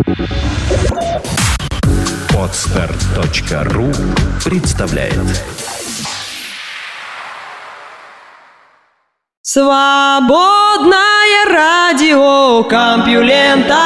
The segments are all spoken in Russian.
Podster.ru представляет. Свободное радио Компьюлента.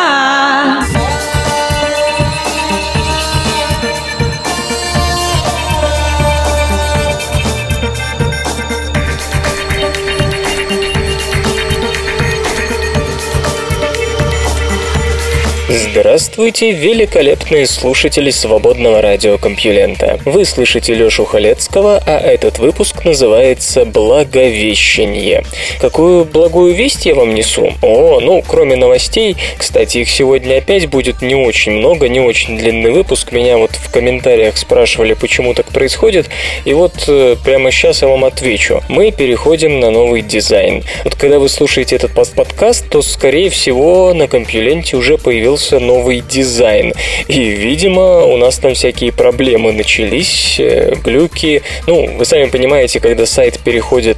Здравствуйте, великолепные слушатели свободного радио Компьюлента. Вы слышите Лёшу Халецкого, а этот выпуск называется «Благовещение». Какую благую весть я вам несу? Кроме новостей, кстати, их сегодня опять будет не очень много, не очень длинный выпуск. Меня вот в комментариях спрашивали, почему так происходит, и вот прямо сейчас я вам отвечу. Мы переходим на новый дизайн. Вот когда вы слушаете этот подкаст, то, скорее всего, на Компьюленте уже появился новый дизайн. И, видимо, у нас там всякие проблемы начались, глюки. Вы сами понимаете, когда сайт переходит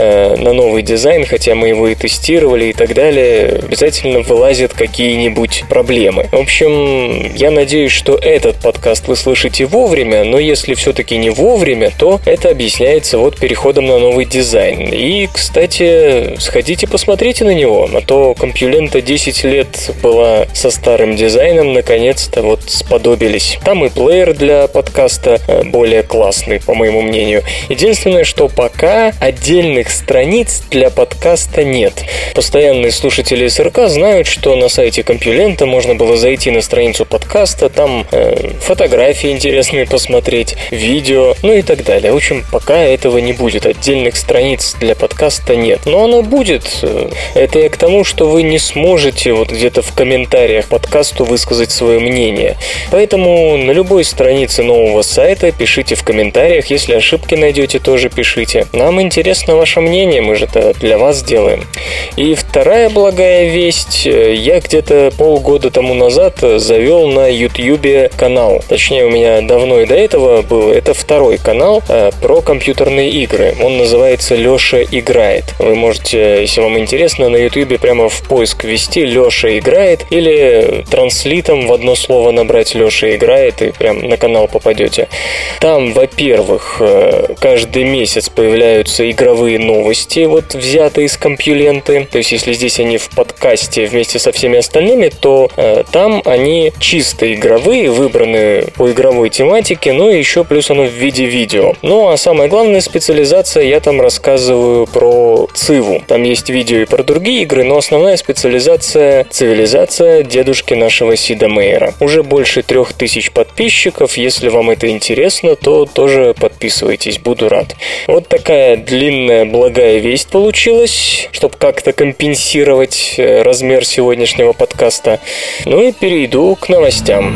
на новый дизайн, хотя мы его и тестировали и так далее, обязательно вылазят какие-нибудь проблемы. В общем, я надеюсь, что этот подкаст вы слышите вовремя, но если все-таки не вовремя, то это объясняется вот переходом на новый дизайн. И, кстати, сходите посмотрите на него, а то Компьюлента 10 лет была со старым дизайном, наконец-то вот сподобились. Там и плеер для подкаста более классный, по моему мнению. Единственное, что пока отдельных страниц для подкаста нет. Постоянные слушатели СРК знают, что на сайте Компьюлента можно было зайти на страницу подкаста, там фотографии интересные посмотреть, видео, и так далее. В общем, пока этого не будет. Отдельных страниц для подкаста нет. Но оно будет. Это я к тому, что вы не сможете вот где-то в комментариях подкасту высказать свое мнение. Поэтому на любой странице нового сайта пишите в комментариях. Если ошибки найдете, тоже пишите. Нам интересно ваше мнение, мы же это для вас делаем. И вторая благая весть. Я где-то полгода тому назад завел на YouTube канал. Точнее, у меня давно и до этого был. Это второй канал про компьютерные игры. Он называется «Лёша играет». Вы можете, если вам интересно, на YouTube прямо в поиск ввести «Лёша играет» или транслитом в одно слово набрать «Лёша играет» и прям на канал попадете. Там, во-первых, каждый месяц появляются игровые новости, вот взятые из Компьюленты. То есть, если здесь они в подкасте вместе со всеми остальными, то там они чисто игровые, выбраны по игровой тематике, и еще плюс оно в виде видео. А самая главная специализация, я там рассказываю про Циву. Там есть видео и про другие игры, но основная специализация — цивилизация дедушки нашего Сида Мейера. Уже больше 3000 подписчиков. Если вам это интересно, то тоже подписывайтесь, буду рад. Вот такая длинная благая весть получилась, чтобы как-то компенсировать размер сегодняшнего подкаста. И перейду к новостям.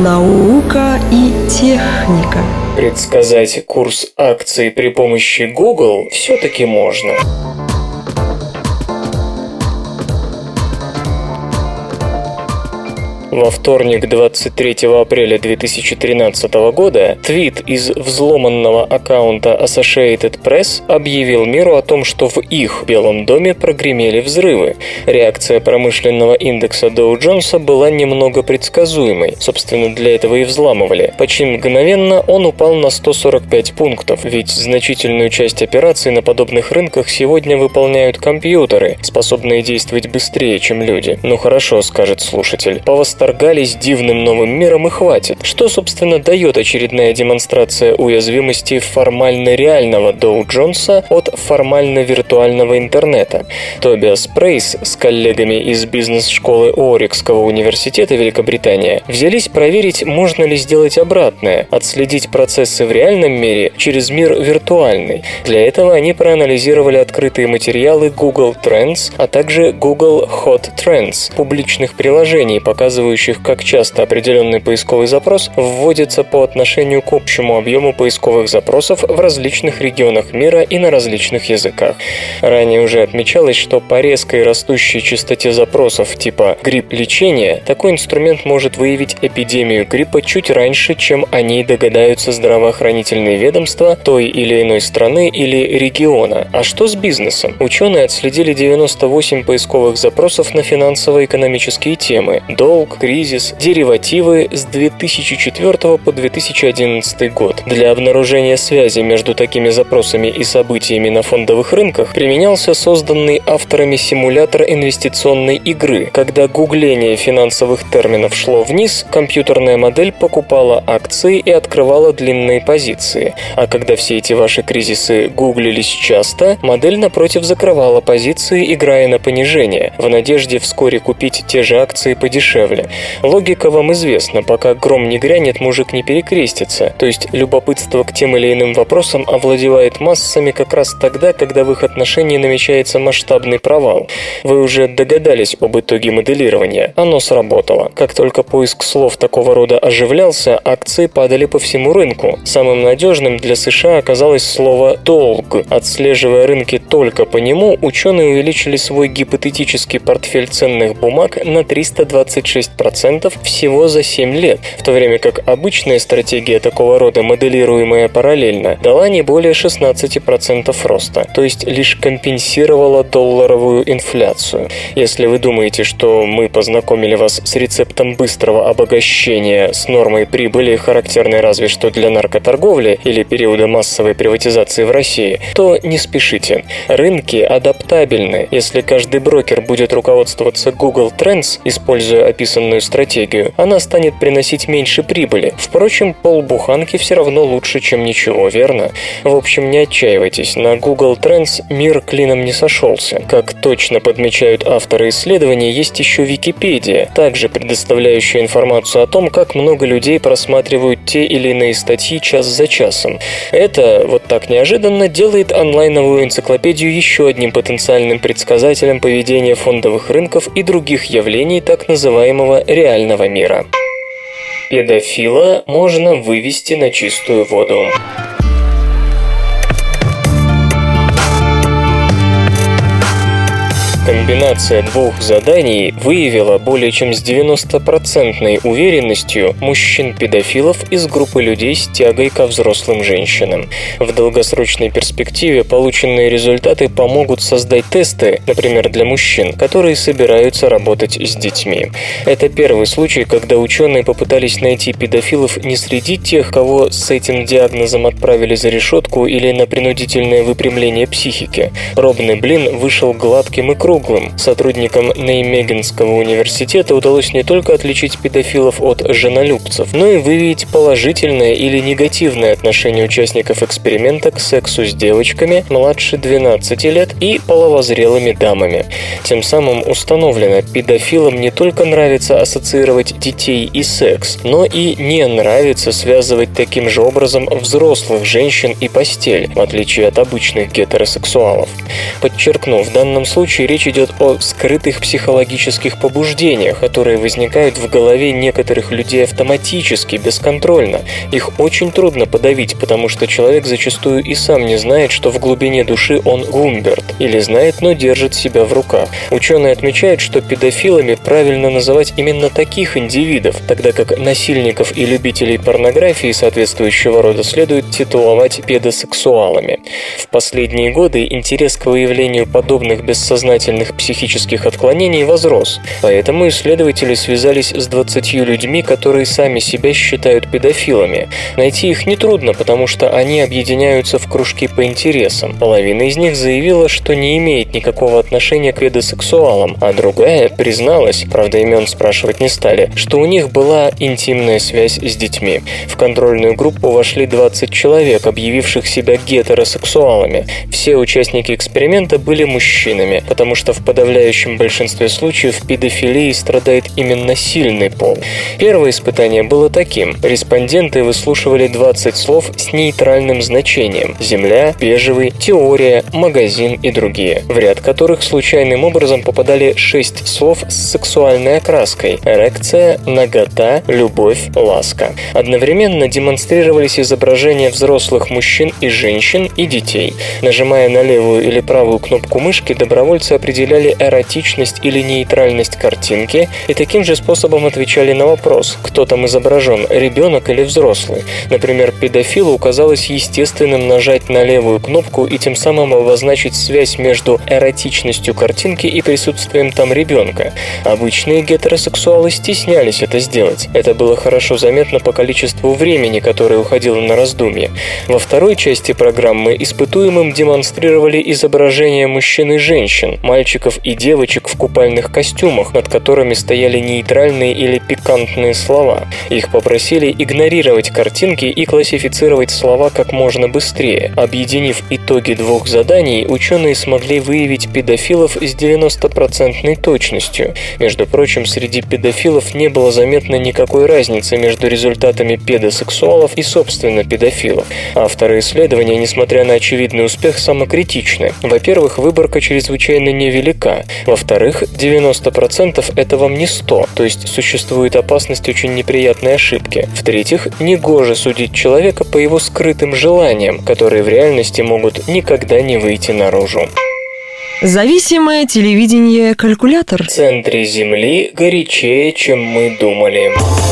Наука и техника. Предсказать курс акций при помощи Google все-таки можно. Во вторник, 23 апреля 2013 года, твит из взломанного аккаунта Associated Press объявил миру о том, что в их Белом доме прогремели взрывы. Реакция промышленного индекса Dow Jones была немного предсказуемой. Собственно, для этого и взламывали. Почти мгновенно он упал на 145 пунктов, ведь значительную часть операций на подобных рынках сегодня выполняют компьютеры, способные действовать быстрее, чем люди. Хорошо, скажет слушатель. Восторгались дивным новым миром и хватит. Что, собственно, дает очередная демонстрация уязвимости формально реального Dow Jones от формально виртуального интернета? Тобиас Прейс с коллегами из бизнес-школы Уорикского университета Великобритания взялись проверить, можно ли сделать обратное, отследить процессы в реальном мире через мир виртуальный. Для этого они проанализировали открытые материалы Google Trends, а также Google Hot Trends, публичных приложений, показывающих, как часто определенный поисковый запрос вводится по отношению к общему объему поисковых запросов в различных регионах мира и на различных языках. Ранее уже отмечалось, что по резкой растущей частоте запросов типа грипп-лечения такой инструмент может выявить эпидемию гриппа чуть раньше, чем о ней догадаются здравоохранительные ведомства той или иной страны или региона. А что с бизнесом? Ученые отследили 98 поисковых запросов на финансово-экономические темы: долг, кризис, деривативы с 2004 по 2011 год. Для обнаружения связи между такими запросами и событиями на фондовых рынках применялся созданный авторами симулятор инвестиционной игры. Когда гугление финансовых терминов шло вниз, компьютерная модель покупала акции и открывала длинные позиции. А когда все эти ваши кризисы гуглились часто, модель, напротив, закрывала позиции, играя на понижение, в надежде вскоре купить те же акции подешевле. Логика вам известна: пока гром не грянет, мужик не перекрестится. То есть любопытство к тем или иным вопросам овладевает массами как раз тогда, когда в их отношении намечается масштабный провал. Вы уже догадались об итоге моделирования. Оно сработало. Как только поиск слов такого рода оживлялся, акции падали по всему рынку. Самым надежным для США оказалось слово «долг». Отслеживая рынки только по нему, ученые увеличили свой гипотетический портфель ценных бумаг на 326% всего за 7 лет, в то время как обычная стратегия такого рода, моделируемая параллельно, дала не более 16% роста, то есть лишь компенсировала долларовую инфляцию. Если вы думаете, что мы познакомили вас с рецептом быстрого обогащения с нормой прибыли, характерной разве что для наркоторговли или периода массовой приватизации в России, то не спешите. Рынки адаптабельны. Если каждый брокер будет руководствоваться Google Trends, используя описанную стратегию, она станет приносить меньше прибыли. Впрочем, полбуханки все равно лучше, чем ничего, верно? В общем, не отчаивайтесь, на Google Trends мир клином не сошелся. Как точно подмечают авторы исследований, есть еще Википедия, также предоставляющая информацию о том, как много людей просматривают те или иные статьи час за часом. Это, вот так неожиданно, делает онлайновую энциклопедию еще одним потенциальным предсказателем поведения фондовых рынков и других явлений так называемого реального мира. Педофила можно вывести на чистую воду. Комбинация двух заданий выявила более чем с 90% уверенностью мужчин-педофилов из группы людей с тягой ко взрослым женщинам. В долгосрочной перспективе полученные результаты помогут создать тесты, например, для мужчин, которые собираются работать с детьми. Это первый случай, когда ученые попытались найти педофилов не среди тех, кого с этим диагнозом отправили за решетку или на принудительное выпрямление психики. Пробный блин вышел гладким и круглым. Сотрудникам Неймегенского университета удалось не только отличить педофилов от женолюбцев, но и выявить положительное или негативное отношение участников эксперимента к сексу с девочками младше 12 лет и половозрелыми дамами. Тем самым установлено, педофилам не только нравится ассоциировать детей и секс, но и не нравится связывать таким же образом взрослых женщин и постель, в отличие от обычных гетеросексуалов. Подчеркну, в данном случае речь идет о скрытых психологических побуждениях, которые возникают в голове некоторых людей автоматически, бесконтрольно. Их очень трудно подавить, потому что человек зачастую и сам не знает, что в глубине души он Гумберт, или знает, но держит себя в руках. Ученые отмечают, что педофилами правильно называть именно таких индивидов, тогда как насильников и любителей порнографии соответствующего рода следует титуловать педосексуалами. В последние годы интерес к выявлению подобных бессознательных психических отклонений возрос, поэтому исследователи связались с 20 людьми, которые сами себя считают педофилами. Найти их нетрудно, потому что они объединяются в кружки по интересам. Половина из них заявила, что не имеет никакого отношения к педосексуалам, а другая призналась, правда имен спрашивать не стали, что у них была интимная связь с детьми. В контрольную группу вошли 20 человек, объявивших себя гетеросексуалами. Все участники эксперимента были мужчинами, потому что в подавляющем большинстве случаев педофилией страдает именно сильный пол. Первое испытание было таким. Респонденты выслушивали 20 слов с нейтральным значением – земля, бежевый, теория, магазин и другие, в ряд которых случайным образом попадали 6 слов с сексуальной окраской – эрекция, нагота, любовь, ласка. Одновременно демонстрировались изображения взрослых мужчин и женщин и детей. Нажимая на левую или правую кнопку мышки, добровольцы определяли определяли эротичность или нейтральность картинки и таким же способом отвечали на вопрос, кто там изображен, ребенок или взрослый. Например, педофилу казалось естественным нажать на левую кнопку и тем самым обозначить связь между эротичностью картинки и присутствием там ребенка. Обычные гетеросексуалы стеснялись это сделать. Это было хорошо заметно по количеству времени, которое уходило на раздумье. Во второй части программы испытуемым демонстрировали изображения мужчин и женщин, мальчиков и девочек в купальных костюмах, над которыми стояли нейтральные или пикантные слова. Их попросили игнорировать картинки и классифицировать слова как можно быстрее. Объединив итоги двух заданий, ученые смогли выявить педофилов с 90% точностью. Между прочим, среди педофилов не было заметно никакой разницы между результатами педосексуалов и, собственно, педофилов. Авторы исследования, несмотря на очевидный успех, самокритичны. Во-первых, выборка чрезвычайно невелика. Во-вторых, 90% это вам не 100, то есть существует опасность очень неприятной ошибки. В-третьих, негоже судить человека по его скрытым желаниям, которые в реальности могут никогда не выйти наружу. Зависимое телевидение-калькулятор. В центре Земли горячее, чем мы думали.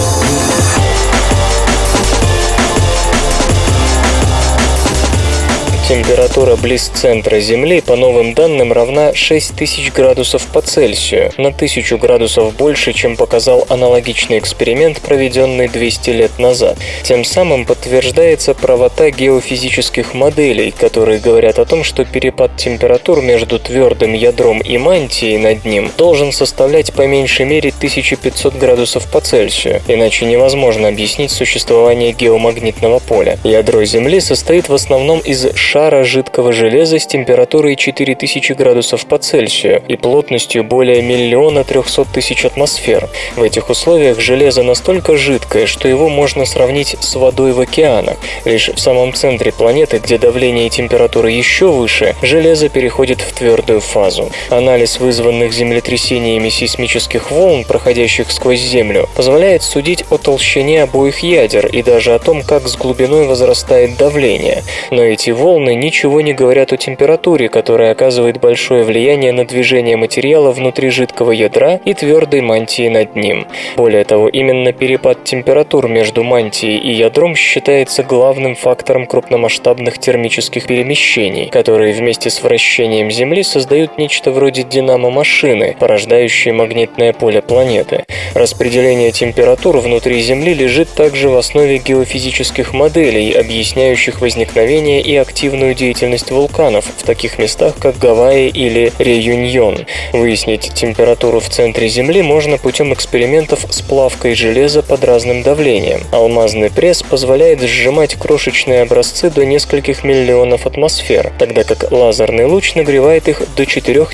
Температура близ центра Земли, по новым данным, равна 6000 градусов по Цельсию, на 1000 градусов больше, чем показал аналогичный эксперимент, проведенный 200 лет назад. Тем самым подтверждается правота геофизических моделей, которые говорят о том, что перепад температур между твердым ядром и мантией над ним должен составлять по меньшей мере 1500 градусов по Цельсию, иначе невозможно объяснить существование геомагнитного поля. Ядро Земли состоит в основном из шара жидкого железа с температурой 4000 градусов по Цельсию и плотностью более 1 300 000 атмосфер. В этих условиях железо настолько жидкое, что его можно сравнить с водой в океанах. Лишь в самом центре планеты, где давление и температура еще выше, железо переходит в твердую фазу. Анализ вызванных землетрясениями сейсмических волн, проходящих сквозь Землю, позволяет судить о толщине обоих ядер и даже о том, как с глубиной возрастает давление. Но эти волны ничего не говорят о температуре, которая оказывает большое влияние на движение материала внутри жидкого ядра и твердой мантии над ним. Более того, именно перепад температур между мантией и ядром считается главным фактором крупномасштабных термических перемещений, которые вместе с вращением Земли создают нечто вроде динамо-машины, порождающей магнитное поле планеты. Распределение температур внутри Земли лежит также в основе геофизических моделей, объясняющих возникновение и активную деятельность вулканов в таких местах, как Гавайи или Реюньон. Выяснить температуру в центре Земли можно путем экспериментов с плавкой железа под разным давлением. Алмазный пресс позволяет сжимать крошечные образцы до нескольких миллионов атмосфер, тогда как лазерный луч нагревает их до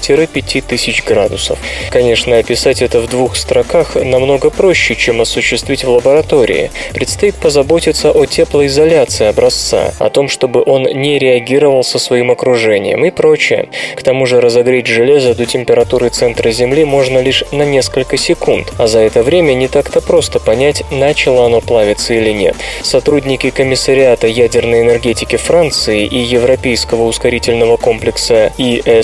4-5 тысяч градусов. Конечно, описать это в 2 строках намного проще, чем осуществить в лаборатории. Предстоит позаботиться о теплоизоляции образца, о том, чтобы он не реагировал со своим окружением и прочее. К тому же разогреть железо до температуры центра Земли можно лишь на несколько секунд, а за это время не так-то просто понять, начало оно плавиться или нет. Сотрудники комиссариата ядерной энергетики Франции и Европейского ускорительного комплекса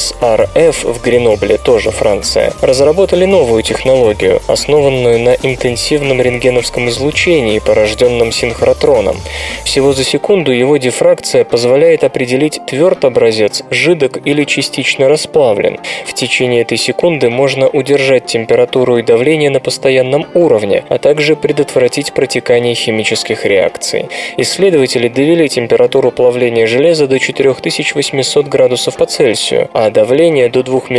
ESRF в Гренобле, тоже Франция, разработали новую технологию, основанную на интенсивном рентгеновском излучении, порожденном синхротроном. Всего за секунду его дифракция позволяет определить, тверд образец, жидок или частично расплавлен. В течение этой секунды можно удержать температуру и давление на постоянном уровне, а также предотвратить протекание химических реакций. Исследователи довели температуру плавления железа до 4800 градусов по Цельсию, а давление до 2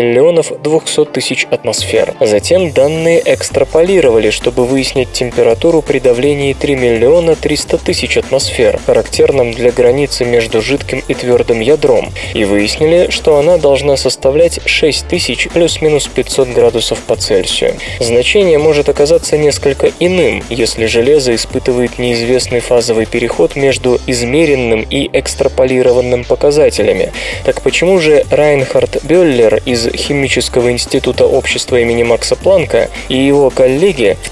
200 000 атмосфер. Затем данные экстраполировали, чтобы выяснить температуру при давлении 3 300 000 атмосфер, характерном для границы между жидким и твердым ядром, и выяснили, что она должна составлять 6000 плюс-минус 500 градусов по Цельсию. Значение может оказаться несколько иным, если железо испытывает неизвестный фазовый переход между измеренным и экстраполированным показателями. Так почему же Райнхард Бёллер из Химического института общества имени Макса Планка и его коллеги в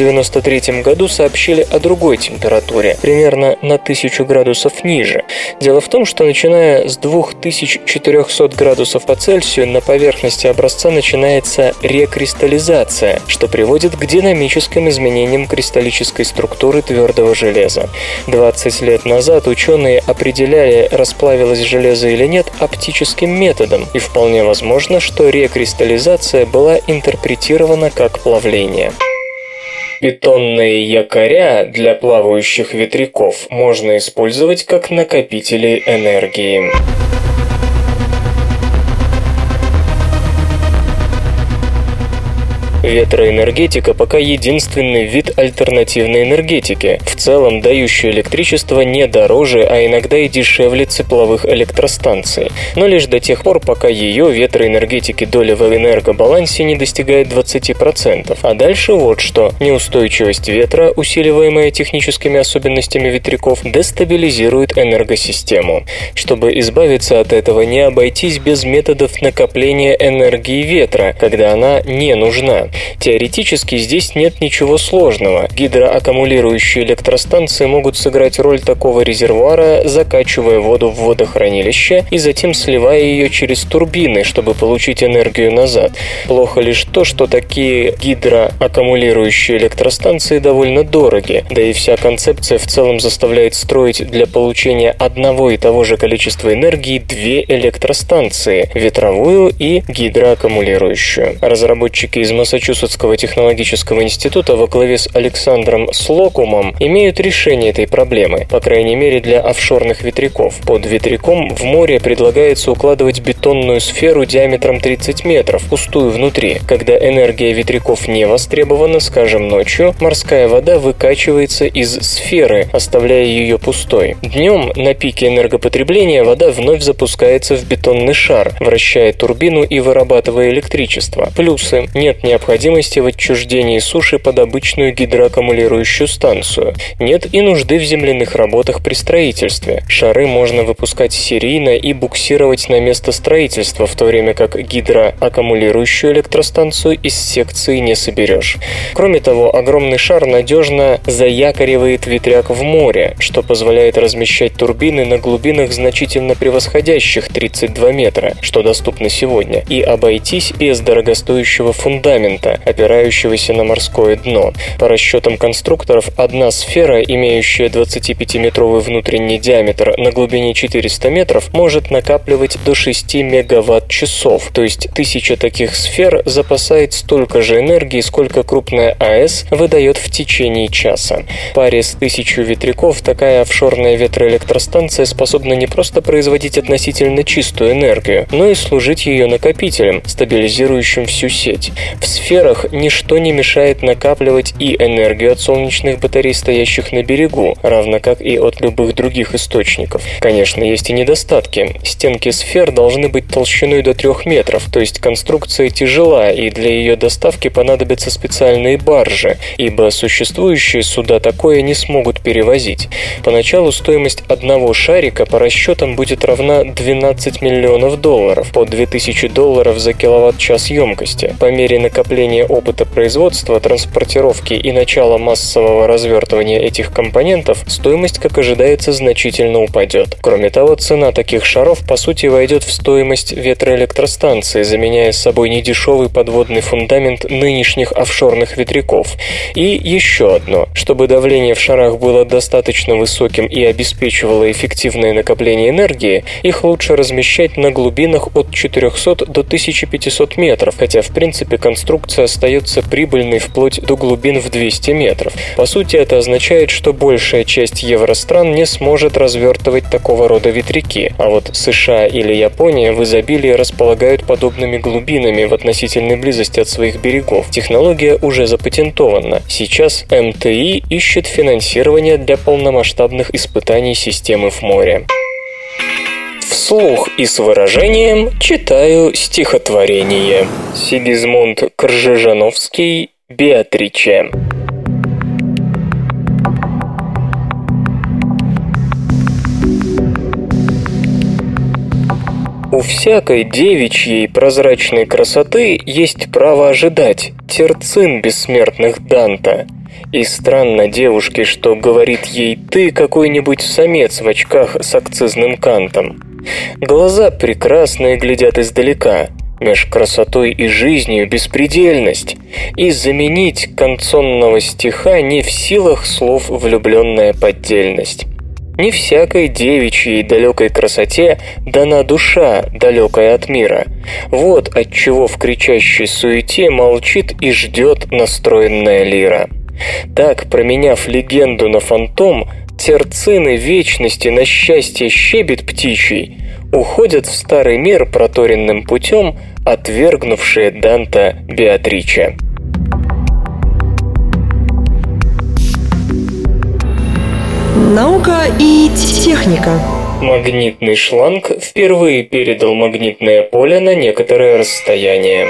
1993 году сообщили о другой температуре, примерно на 1000 градусов ниже? Дело Дело в том, что начиная с 2400 градусов по Цельсию на поверхности образца начинается рекристаллизация, что приводит к динамическим изменениям кристаллической структуры твердого железа. 20 лет назад ученые определяли, расплавилось железо или нет, оптическим методом, и вполне возможно, что рекристаллизация была интерпретирована как плавление. Бетонные якоря для плавающих ветряков можно использовать как накопители энергии. Ветроэнергетика пока единственный вид альтернативной энергетики, в целом дающий электричество не дороже, а иногда и дешевле тепловых электростанций. Но лишь до тех пор, пока ее ветроэнергетики доля в энергобалансе не достигает 20%. А дальше вот что. Неустойчивость ветра, усиливаемая техническими особенностями ветряков, дестабилизирует энергосистему. Чтобы избавиться от этого, не обойтись без методов накопления энергии ветра, когда она не нужна. Теоретически здесь нет ничего сложного. Гидроаккумулирующие электростанции могут сыграть роль такого резервуара, закачивая воду в водохранилище и затем сливая ее через турбины, чтобы получить энергию назад. Плохо лишь то, что такие гидроаккумулирующие электростанции довольно дороги, да и вся концепция в целом заставляет строить для получения одного и того же количества энергии две электростанции – ветровую и гидроаккумулирующую. Разработчики из Массачусетского технологического института во главе с Александром Слокумом имеют решение этой проблемы, по крайней мере для офшорных ветряков. Под ветряком в море предлагается укладывать бетонную сферу диаметром 30 метров, пустую внутри. Когда энергия ветряков не востребована, скажем, ночью, морская вода выкачивается из сферы, оставляя ее пустой. Днем, на пике энергопотребления, вода вновь запускается в бетонный шар, вращая турбину и вырабатывая электричество. Плюсы. Нет необходимости в отчуждении суши под обычную гидроаккумулирующую станцию. Нет и нужды в земляных работах при строительстве. Шары можно выпускать серийно и буксировать на место строительства, в то время как гидроаккумулирующую электростанцию из секции не соберешь. Кроме того, огромный шар надежно заякоривает ветряк в море, что позволяет размещать турбины на глубинах, значительно превосходящих 32 метра, что доступно сегодня, и обойтись без дорогостоящего фундамента, опирающегося на морское дно. По расчетам конструкторов, одна сфера, имеющая 25-метровый внутренний диаметр на глубине 400 метров, может накапливать до 6 мегаватт-часов, то есть 1000 таких сфер запасает столько же энергии, сколько крупная АЭС выдает в течение часа. Паре с 1000 ветряков такая офшорная ветроэлектростанция способна не просто производить относительно чистую энергию, но и служить ее накопителем, стабилизирующим всю сеть. В сферах ничто не мешает накапливать и энергию от солнечных батарей, стоящих на берегу, равно как и от любых других источников. Конечно, есть и недостатки. Стенки сфер должны быть толщиной до 3 метров, то есть конструкция тяжела, и для ее доставки понадобятся специальные баржи, ибо существующие суда такое не смогут перевозить. Поначалу стоимость одного шарика по расчетам будет равна $12 миллионов, по $2000 за киловатт-час емкости. По мере накопления опыта производства, транспортировки и начала массового развертывания этих компонентов, стоимость, как ожидается, значительно упадет. Кроме того, цена таких шаров по сути войдет в стоимость ветроэлектростанции, заменяя собой недешевый подводный фундамент нынешних офшорных ветряков. И еще одно. Чтобы давление в шарах было достаточно высоким и обеспечивало эффективное накопление энергии, их лучше размещать на глубинах от 400 до 1500 метров, хотя в принципе конструкция остается прибыльной вплоть до глубин в 200 метров. По сути, это означает, что большая часть евростран не сможет развертывать такого рода ветряки, а вот США или Япония в изобилии располагают подобными глубинами в относительной близости от своих берегов. Технология уже запатентована. Сейчас МТИ ищет финансирование для полномасштабных испытаний системы в море. Вслух и с выражением читаю стихотворение. Сигизмунд Кржижановский, Беатриче. У всякой девичьей прозрачной красоты есть право ожидать терцин бессмертных Данта. И странно девушке, что говорит ей «ты» какой-нибудь самец в очках с акцизным кантом. Глаза прекрасные глядят издалека, меж красотой и жизнью беспредельность, и заменить концонного стиха не в силах слов влюбленная поддельность. Не всякой девичьей далекой красоте дана душа, далекая от мира. Вот отчего в кричащей суете молчит и ждет настроенная лира. Так, променяв легенду на фантом, терцины вечности на счастье щебет птичий уходят в старый мир проторенным путем, отвергнувшие Данта Беатриче. Наука и техника. Магнитный шланг впервые передал магнитное поле на некоторое расстояние.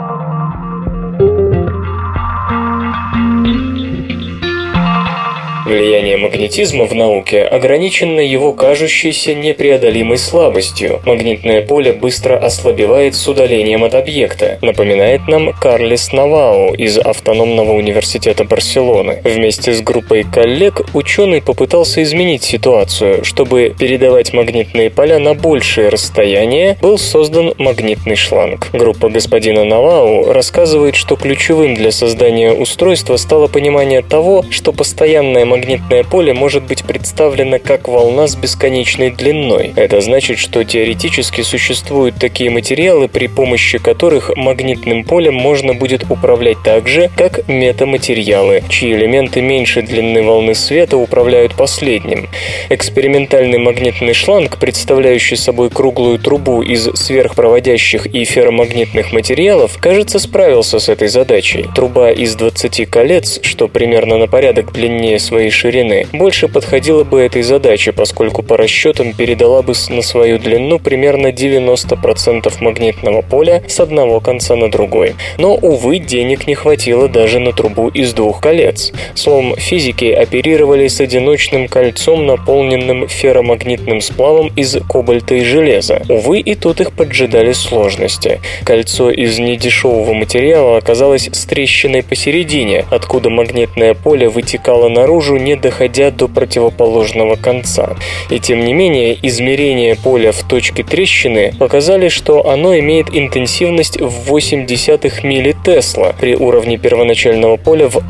Влияние магнетизма в науке ограничено его кажущейся непреодолимой слабостью. Магнитное поле быстро ослабевает с удалением от объекта, напоминает нам Карлес Навау из Автономного университета Барселоны. Вместе с группой коллег ученый попытался изменить ситуацию. Чтобы передавать магнитные поля на большее расстояние, был создан магнитный шланг. Группа господина Навау рассказывает, что ключевым для создания устройства стало понимание того, что постоянное магнитное поле может быть представлено как волна с бесконечной длиной. Это значит, что теоретически существуют такие материалы, при помощи которых магнитным полем можно будет управлять так же, как метаматериалы, чьи элементы меньше длины волны света управляют последним. Экспериментальный магнитный шланг, представляющий собой круглую трубу из сверхпроводящих и ферромагнитных материалов, кажется, справился с этой задачей. Труба из 20 колец, что примерно на порядок длиннее своей ширины, больше подходила бы этой задаче, поскольку по расчетам передала бы на свою длину примерно 90% магнитного поля с одного конца на другой. Но, увы, денег не хватило даже на трубу из 2 колец. Словом, физики оперировали с одиночным кольцом, наполненным ферромагнитным сплавом из кобальта и железа. Увы, и тут их поджидали сложности. Кольцо из недешевого материала оказалось с трещиной посередине, откуда магнитное поле вытекало наружу, не доходя до противоположного конца. И тем не менее, измерения поля в точке трещины показали, что оно имеет интенсивность в 0,8 миллитесла при уровне первоначального поля в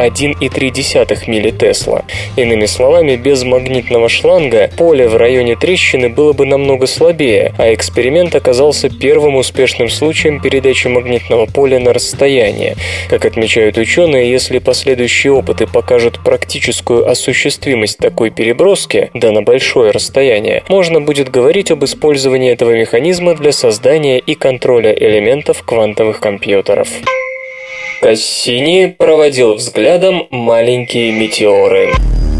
1,3 миллитесла. Иными словами, без магнитного шланга поле в районе трещины было бы намного слабее, а эксперимент оказался первым успешным случаем передачи магнитного поля на расстояние. Как отмечают ученые, если последующие опыты покажут практическую осуществимость такой переброски, да на большое расстояние, можно будет говорить об использовании этого механизма для создания и контроля элементов квантовых компьютеров. Кассини проводил взглядом маленькие метеоры.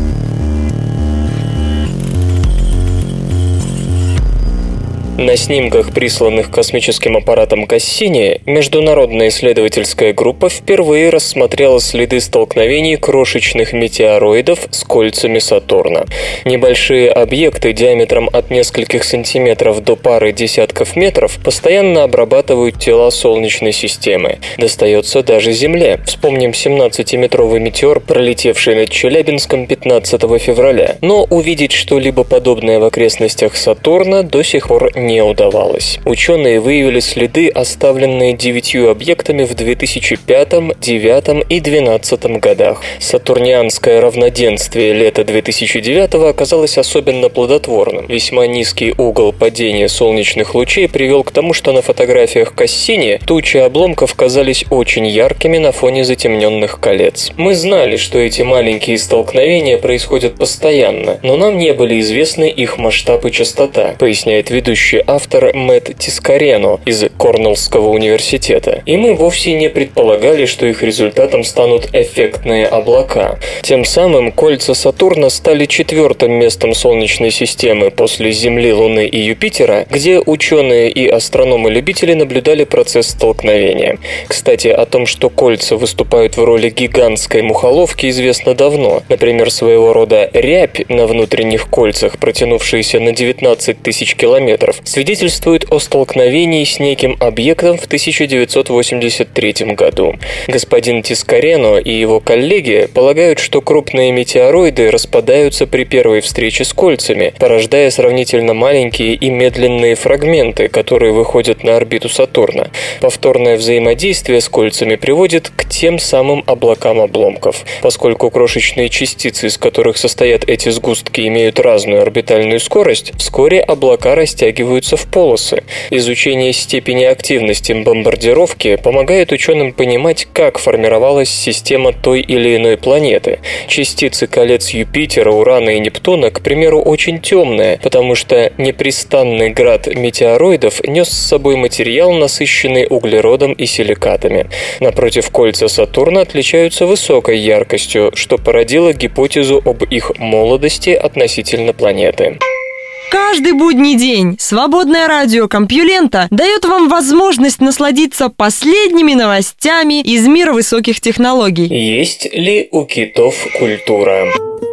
На снимках, присланных космическим аппаратом Кассини, международная исследовательская группа впервые рассмотрела следы столкновений крошечных метеороидов с кольцами Сатурна. Небольшие объекты диаметром от нескольких сантиметров до пары десятков метров постоянно обрабатывают тела Солнечной системы. Достается даже Земле. Вспомним 17-метровый метеор, пролетевший над Челябинском 15 февраля. Но увидеть что-либо подобное в окрестностях Сатурна до сих пор не удавалось. Ученые выявили следы, оставленные 9 объектами в 2005, 2009 и 2012 годах. Сатурнианское равноденствие лета 2009 оказалось особенно плодотворным. Весьма низкий угол падения солнечных лучей привел к тому, что на фотографиях Кассини тучи обломков казались очень яркими на фоне затемненных колец. Мы знали, что эти маленькие столкновения происходят постоянно, но нам не были известны их масштаб и частота, поясняет ведущий автор Мэтт Тискарено из Корнеллского университета. И мы вовсе не предполагали, что их результатом станут эффектные облака. Тем самым кольца Сатурна стали 4-м местом Солнечной системы после Земли, Луны и Юпитера, где ученые и астрономы-любители наблюдали процесс столкновения. Кстати, о том, что кольца выступают в роли гигантской мухоловки, известно давно. Например, своего рода рябь на внутренних кольцах, протянувшаяся на 19 тысяч километров, свидетельствует о столкновении с неким объектом в 1983 году. Господин Тискарено и его коллеги полагают, что крупные метеороиды распадаются при первой встрече с кольцами, порождая сравнительно маленькие и медленные фрагменты, которые выходят на орбиту Сатурна. Повторное взаимодействие с кольцами приводит к тем самым облакам обломков. Поскольку крошечные частицы, из которых состоят эти сгустки, имеют разную орбитальную скорость, вскоре облака растягиваются в полосы. Изучение степени активности бомбардировки помогает ученым понимать, как формировалась система той или иной планеты. Частицы колец Юпитера, Урана и Нептуна, к примеру, очень темные, потому что непрестанный град метеороидов нес с собой материал, насыщенный углеродом и силикатами. Напротив, кольца Сатурна отличаются высокой яркостью, что породило гипотезу об их молодости относительно планеты. Каждый будний день свободное радио Компьюлента дает вам возможность насладиться последними новостями из мира высоких технологий. Есть ли у китов культура?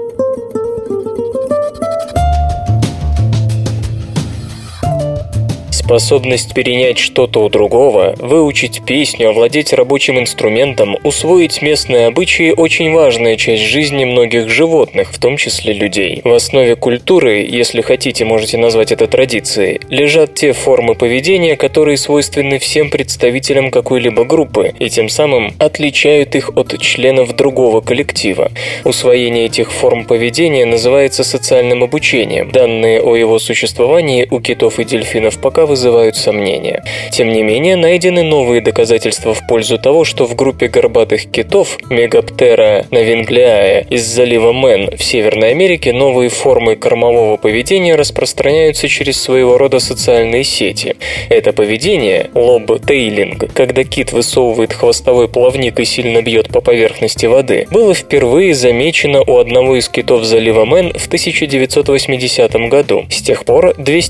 Способность перенять что-то у другого, выучить песню, овладеть рабочим инструментом, усвоить местные обычаи – очень важная часть жизни многих животных, в том числе людей. В основе культуры, если хотите, можете назвать это традицией, лежат те формы поведения, которые свойственны всем представителям какой-либо группы и тем самым отличают их от членов другого коллектива. Усвоение этих форм поведения называется социальным обучением. Данные о его существовании у китов и дельфинов пока вызывают сомнения. Тем не менее, найдены новые доказательства в пользу того, что в группе горбатых китов Мегаптера навинглиае из залива Мэн в Северной Америке новые формы кормового поведения распространяются через своего рода социальные сети. Это поведение, лоб-тейлинг, когда кит высовывает хвостовой плавник и сильно бьет по поверхности воды, было впервые замечено у одного из китов залива Мэн в 1980 году. С тех пор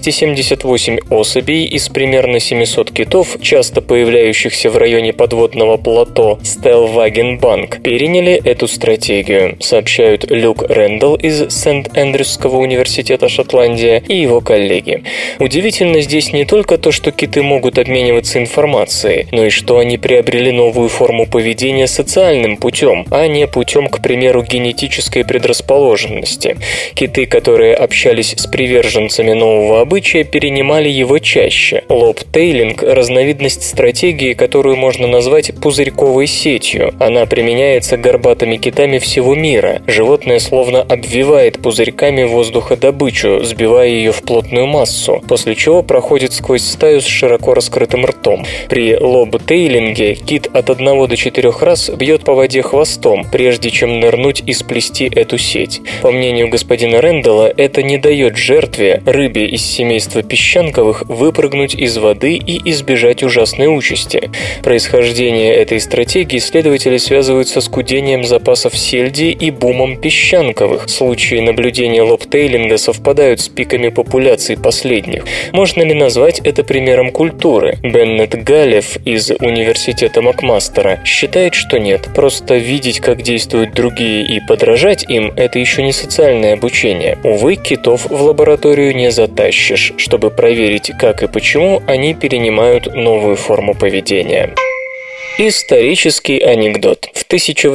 278 особей из примерно 700 китов, часто появляющихся в районе подводного плато Стелваген-Банк, переняли эту стратегию, сообщают Люк Рэндалл из Сент-Эндрюсского университета Шотландия и его коллеги. Удивительно здесь не только то, что киты могут обмениваться информацией, но и что они приобрели новую форму поведения социальным путем, а не путем, к примеру, генетической предрасположенности. Киты, которые общались с приверженцами нового обычая, перенимали его чаще. Лоб-тейлинг – разновидность стратегии, которую можно назвать пузырьковой сетью. Она применяется горбатыми китами всего мира. Животное словно обвивает пузырьками воздуходобычу, сбивая ее в плотную массу, после чего проходит сквозь стаю с широко раскрытым ртом. При лоб-тейлинге кит от 1 до 4 раз бьет по воде хвостом, прежде чем нырнуть и сплести эту сеть. По мнению господина Рэндалла, это не дает жертве, рыбе из семейства песчанковых, выпрыгнуть из воды и избежать ужасной участи. Происхождение этой стратегии исследователи связывают со скудением запасов сельди и бумом песчанковых. Случаи наблюдения лоб-тейлинга совпадают с пиками популяций последних. Можно ли назвать это примером культуры? Беннет Галлев из университета Макмастера считает, что нет. Просто видеть, как действуют другие, и подражать им – это еще не социальное обучение. Увы, китов в лабораторию не затащишь, чтобы проверить, как и почему они перенимают новую форму поведения. Исторический анекдот. В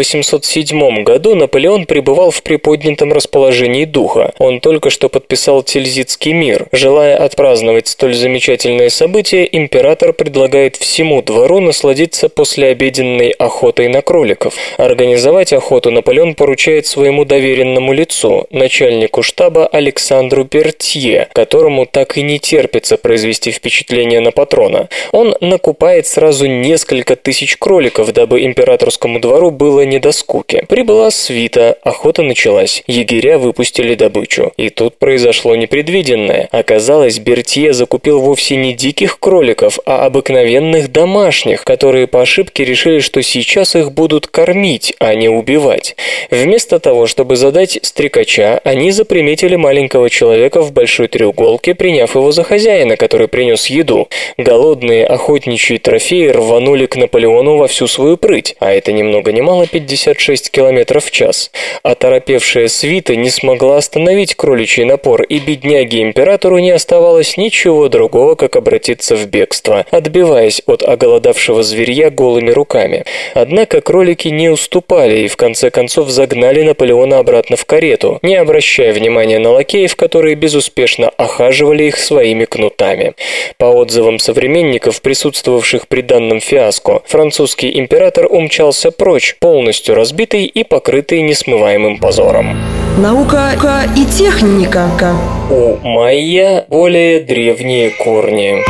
1807 году Наполеон пребывал в приподнятом расположении духа. Он только что подписал Тильзитский мир. Желая отпраздновать столь замечательное событие, император предлагает всему двору насладиться послеобеденной охотой на кроликов. Организовать охоту Наполеон поручает своему доверенному лицу, начальнику штаба Александру Бертье, которому так и не терпится произвести впечатление на патрона. Он накупает сразу несколько тысяч кроликов, дабы императорскому двору было не до скуки. Прибыла свита, охота началась, егеря выпустили добычу. И тут произошло непредвиденное. Оказалось, Бертье закупил вовсе не диких кроликов, а обыкновенных домашних, которые по ошибке решили, что сейчас их будут кормить, а не убивать. Вместо того, чтобы задать стрекача, они заприметили маленького человека в большой треуголке, приняв его за хозяина, который принес еду. Голодные охотничьи трофеи рванули к Наполеону фараону во всю свою прыть, а это ни много ни мало 56 км в час. Оторопевшая свита не смогла остановить кроличий напор, и бедняге-императору не оставалось ничего другого, как обратиться в бегство, отбиваясь от оголодавшего зверья голыми руками. Однако кролики не уступали и в конце концов загнали Наполеона обратно в карету, не обращая внимания на лакеев, которые безуспешно охаживали их своими кнутами. По отзывам современников, присутствовавших при данном фиаско, французский император умчался прочь, полностью разбитый и покрытый несмываемым позором. Наука и техника. У майя более древние корни.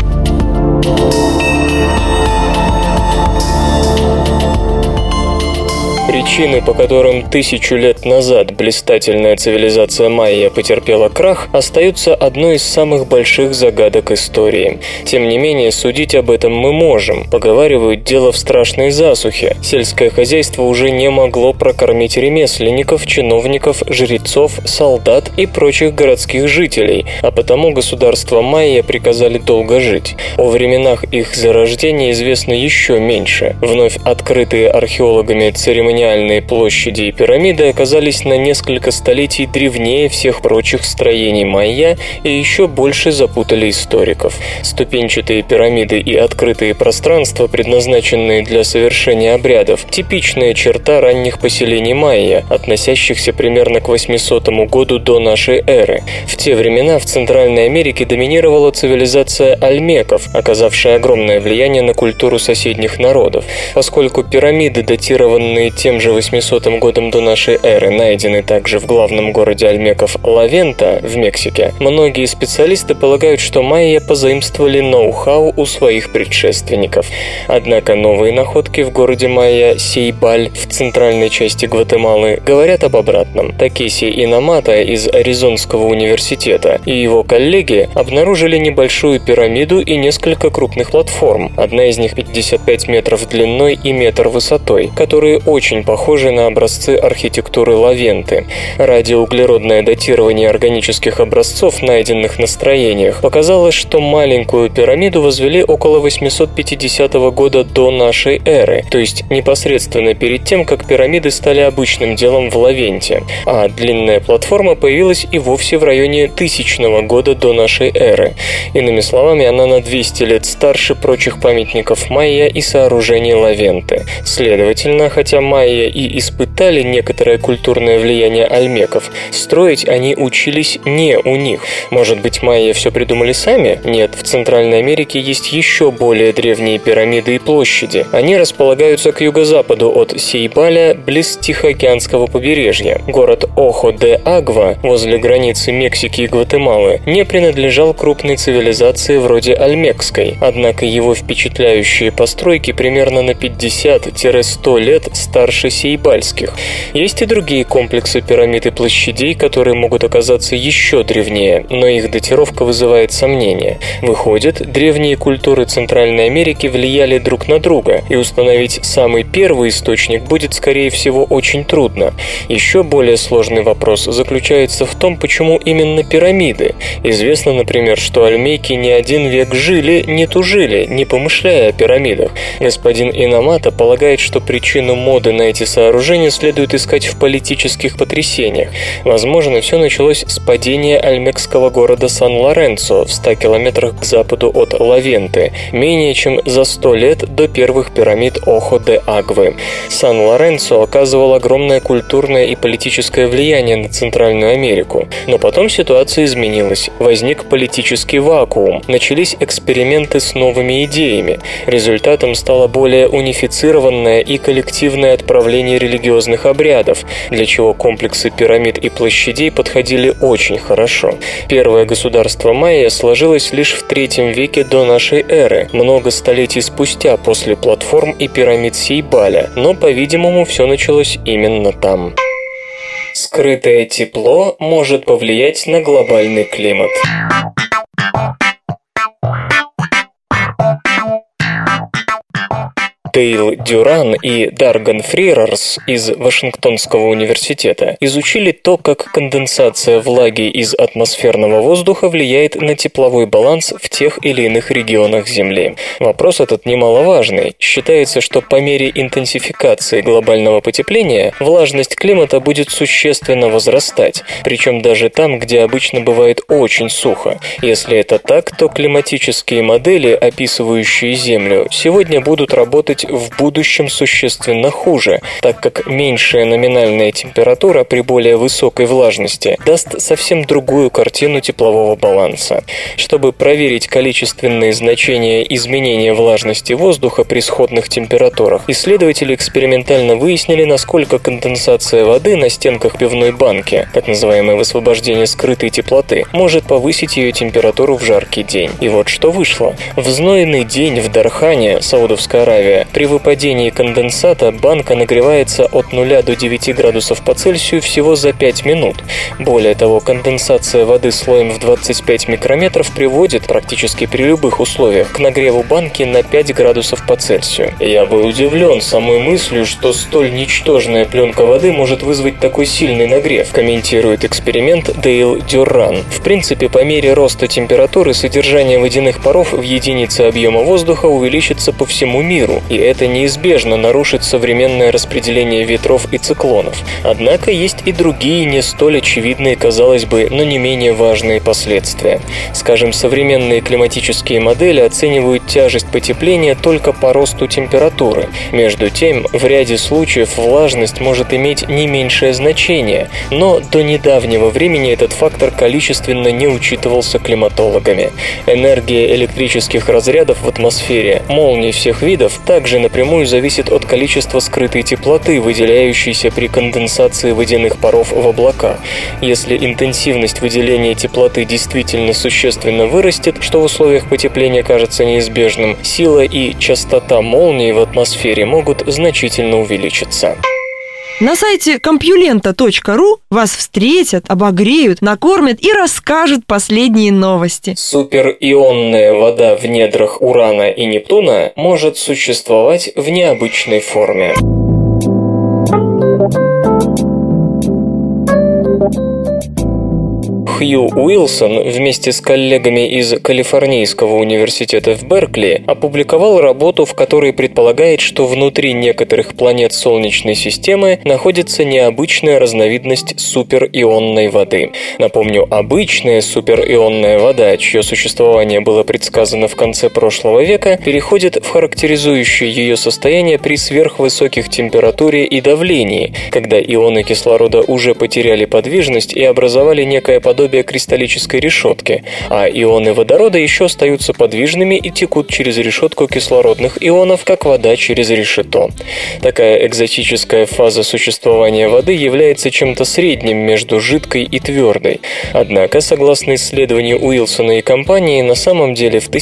Причины, по которым 1000 лет назад блистательная цивилизация майя потерпела крах, остаются одной из самых больших загадок истории. Тем не менее, судить об этом мы можем. Поговаривают, дело в страшной засухе. Сельское хозяйство уже не могло прокормить ремесленников, чиновников, жрецов, солдат и прочих городских жителей, а потому государство майя приказали долго жить. О временах их зарождения известно еще меньше. Вновь открытые археологами церемониальные площади и пирамиды оказались на несколько столетий древнее всех прочих строений майя и еще больше запутали историков. Ступенчатые пирамиды и открытые пространства, предназначенные для совершения обрядов, типичная черта ранних поселений майя, относящихся примерно к 800 году до нашей эры. В те времена в Центральной Америке доминировала цивилизация ольмеков, оказавшая огромное влияние на культуру соседних народов. Поскольку пирамиды, датированные тем же 800 годом до нашей эры, найдены также в главном городе ольмеков Ла-Вента в Мексике, многие специалисты полагают, что майя позаимствовали ноу-хау у своих предшественников. Однако новые находки в городе майя Сейбаль в центральной части Гватемалы говорят об обратном. Такеси Инамата из Аризонского университета и его коллеги обнаружили небольшую пирамиду и несколько крупных платформ, одна из них 55 метров длиной и метр высотой, которые очень похожи на образцы архитектуры Ла-Венты. Радиоуглеродное датирование органических образцов, найденных на строениях, показало, что маленькую пирамиду возвели около 850 года до нашей эры, то есть непосредственно перед тем, как пирамиды стали обычным делом в Ла-Венте, а длинная платформа появилась и вовсе в районе 1000 года до нашей эры. Иными словами, она на 200 лет старше прочих памятников майя и сооружений Ла-Венты. Следовательно, хотя майя и испытали некоторое культурное влияние ольмеков, строить они учились не у них. Может быть, майя все придумали сами? Нет, в Центральной Америке есть еще более древние пирамиды и площади. Они располагаются к юго-западу от Сейбаля, близ Тихоокеанского побережья. Город Охо-де-Агва, возле границы Мексики и Гватемалы, не принадлежал крупной цивилизации вроде ольмекской, однако его впечатляющие постройки примерно на 50-100 лет старше сейбальских. Есть и другие комплексы пирамид и площадей, которые могут оказаться еще древнее, но их датировка вызывает сомнения. Выходит, древние культуры Центральной Америки влияли друг на друга, и установить самый первый источник будет, скорее всего, очень трудно. Еще более сложный вопрос заключается в том, почему именно пирамиды. Известно, например, что ольмейки не один век жили, не тужили, не помышляя о пирамидах. Господин Инамата полагает, что причину моды на эти сооружения следует искать в политических потрясениях. Возможно, все началось с падения ольмекского города Сан-Лоренцо в 100 километрах к западу от Ла-Венты, менее чем за 100 лет до первых пирамид Охо-де-Агвы. Сан-Лоренцо оказывал огромное культурное и политическое влияние на Центральную Америку. Но потом ситуация изменилась. Возник политический вакуум. Начались эксперименты с новыми идеями. Результатом стало более унифицированное и коллективное отправление религиозных обрядов, для чего комплексы пирамид и площадей подходили очень хорошо. Первое государство майя сложилось лишь в III веке до нашей эры, много столетий спустя после платформ и пирамид Сейбаля, но, по-видимому, все началось именно там. Скрытое тепло может повлиять на глобальный климат. Дейл Дюран и Дарган Фрирерс из Вашингтонского университета изучили то, как конденсация влаги из атмосферного воздуха влияет на тепловой баланс в тех или иных регионах Земли. Вопрос этот немаловажный. Считается, что по мере интенсификации глобального потепления влажность климата будет существенно возрастать, причем даже там, где обычно бывает очень сухо. Если это так, то климатические модели, описывающие Землю, сегодня будут работать в будущем существенно хуже, так как меньшая номинальная температура при более высокой влажности даст совсем другую картину теплового баланса. Чтобы проверить количественные значения изменения влажности воздуха при сходных температурах, исследователи экспериментально выяснили, насколько конденсация воды на стенках пивной банки, так называемое высвобождение скрытой теплоты, может повысить ее температуру в жаркий день. И вот что вышло. В знойный день в Дархане, Саудовская Аравия, при выпадении конденсата банка нагревается от 0 до 9 градусов по Цельсию всего за 5 минут. Более того, конденсация воды слоем в 25 микрометров приводит, практически при любых условиях, к нагреву банки на 5 градусов по Цельсию. Я был удивлен самой мыслью, что столь ничтожная пленка воды может вызвать такой сильный нагрев, комментирует эксперимент Дейл Дюран. В принципе, по мере роста температуры содержание водяных паров в единице объема воздуха увеличится по всему миру, и это неизбежно нарушит современное распределение ветров и циклонов. Однако есть и другие, не столь очевидные, казалось бы, но не менее важные последствия. Скажем, современные климатические модели оценивают тяжесть потепления только по росту температуры. Между тем, в ряде случаев влажность может иметь не меньшее значение, но до недавнего времени этот фактор количественно не учитывался климатологами. Энергия электрических разрядов в атмосфере, молний всех видов, также напрямую зависит от количества скрытой теплоты, выделяющейся при конденсации водяных паров в облака. Если интенсивность выделения теплоты действительно существенно вырастет, что в условиях потепления кажется неизбежным, сила и частота молний в атмосфере могут значительно увеличиться. На сайте compulenta.ru вас встретят, обогреют, накормят и расскажут последние новости. Суперионная вода в недрах Урана и Нептуна может существовать в необычной форме. Хью Уилсон вместе с коллегами из Калифорнийского университета в Беркли опубликовал работу, в которой предполагает, что внутри некоторых планет Солнечной системы находится необычная разновидность суперионной воды. Напомню, обычная суперионная вода, чье существование было предсказано в конце прошлого века, переходит в характеризующее ее состояние при сверхвысоких температуре и давлении, когда ионы кислорода уже потеряли подвижность и образовали некое подобие кристаллической решетки, а ионы водорода еще остаются подвижными и текут через решетку кислородных ионов, как вода через решето. Такая экзотическая фаза существования воды является чем-то средним между жидкой и твердой. Однако, согласно исследованию Уилсона и компании, на самом деле в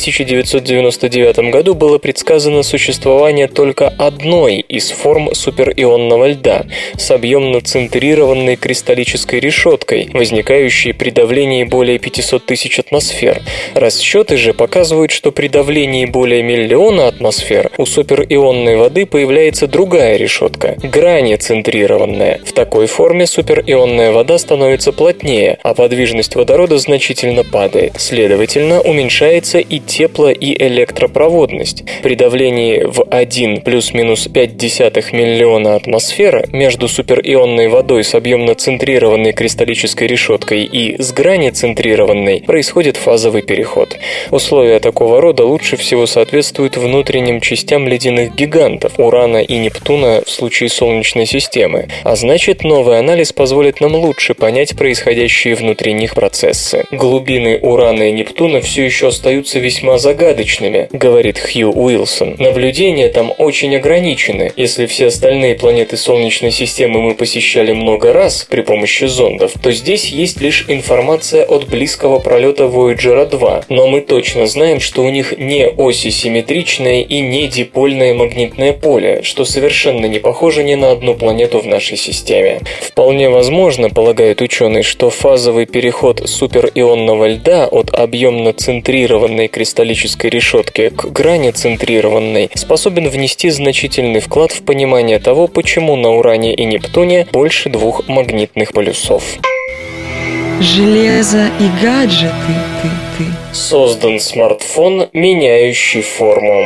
1999 году было предсказано существование только одной из форм суперионного льда с объемно-центрированной кристаллической решеткой, возникающей при давлении более 500 тысяч атмосфер. Расчеты же показывают, что при давлении более миллиона атмосфер у суперионной воды появляется другая решетка, гранецентрированная. В такой форме суперионная вода становится плотнее, а подвижность водорода значительно падает. Следовательно, уменьшается и тепло- и электропроводность. При давлении в 1 плюс-минус 0,5 миллиона атмосфер между суперионной водой с объемно-центрированной кристаллической решеткой и с гранецентрированной происходит фазовый переход. Условия такого рода лучше всего соответствуют внутренним частям ледяных гигантов Урана и Нептуна в случае Солнечной системы, а значит, новый анализ позволит нам лучше понять происходящие внутри них процессы. Глубины Урана и Нептуна все еще остаются весьма загадочными, говорит Хью Уилсон. Наблюдения там очень ограничены. Если все остальные планеты Солнечной системы мы посещали много раз при помощи зондов, то здесь есть лишь информация информация от близкого пролета Voyager 2, но мы точно знаем, что у них не осисимметричное и не дипольное магнитное поле, что совершенно не похоже ни на одну планету в нашей системе. Вполне возможно, полагают ученые, что фазовый переход суперионного льда от объемно-центрированной кристаллической решетки к грани-центрированной способен внести значительный вклад в понимание того, почему на Уране и Нептуне больше двух магнитных полюсов. Железо и гаджеты, ты. Создан смартфон, меняющий форму.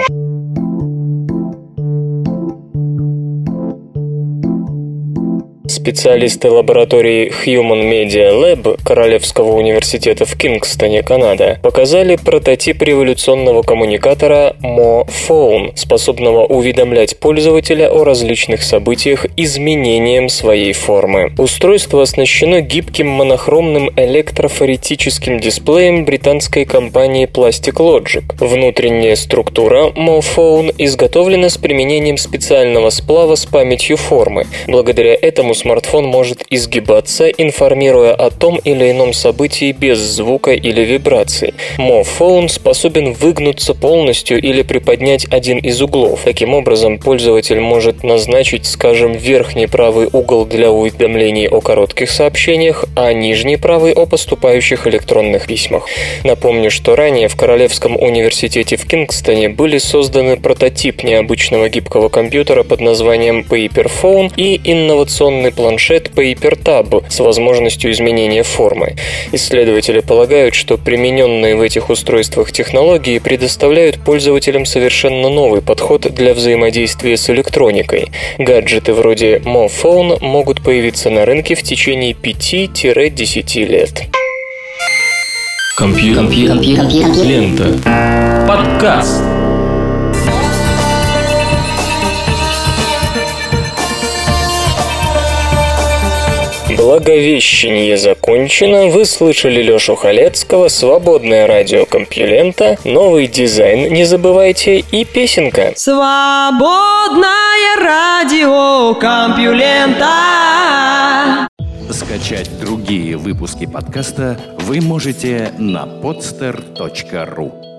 Специалисты лаборатории Human Media Lab Королевского университета в Кингстоне, Канада, показали прототип революционного коммуникатора MoPhone, способного уведомлять пользователя о различных событиях изменением своей формы. Устройство оснащено гибким монохромным электрофоретическим дисплеем британской компании Plastic Logic. Внутренняя структура MoPhone изготовлена с применением специального сплава с памятью формы. Благодаря этому смартфон может изгибаться, информируя о том или ином событии без звука или вибраций. MoPhone способен выгнуться полностью или приподнять один из углов. Таким образом, пользователь может назначить, скажем, верхний правый угол для уведомлений о коротких сообщениях, а нижний правый о поступающих электронных письмах. Напомню, что ранее в Королевском университете в Кингстоне были созданы прототип необычного гибкого компьютера под названием Paperphone и инновационный планшет PaperTab с возможностью изменения формы. Исследователи полагают, что примененные в этих устройствах технологии предоставляют пользователям совершенно новый подход для взаимодействия с электроникой. Гаджеты вроде MoPhone могут появиться на рынке в течение 5-10 лет. Лента. Подкаст. Благовещение закончено. Вы слышали Лёшу Халецкого, свободное радио Компьюлента, новый дизайн, не забывайте, и песенка. Свободное радио Компьюлента. Скачать другие выпуски подкаста вы можете на podster.ru.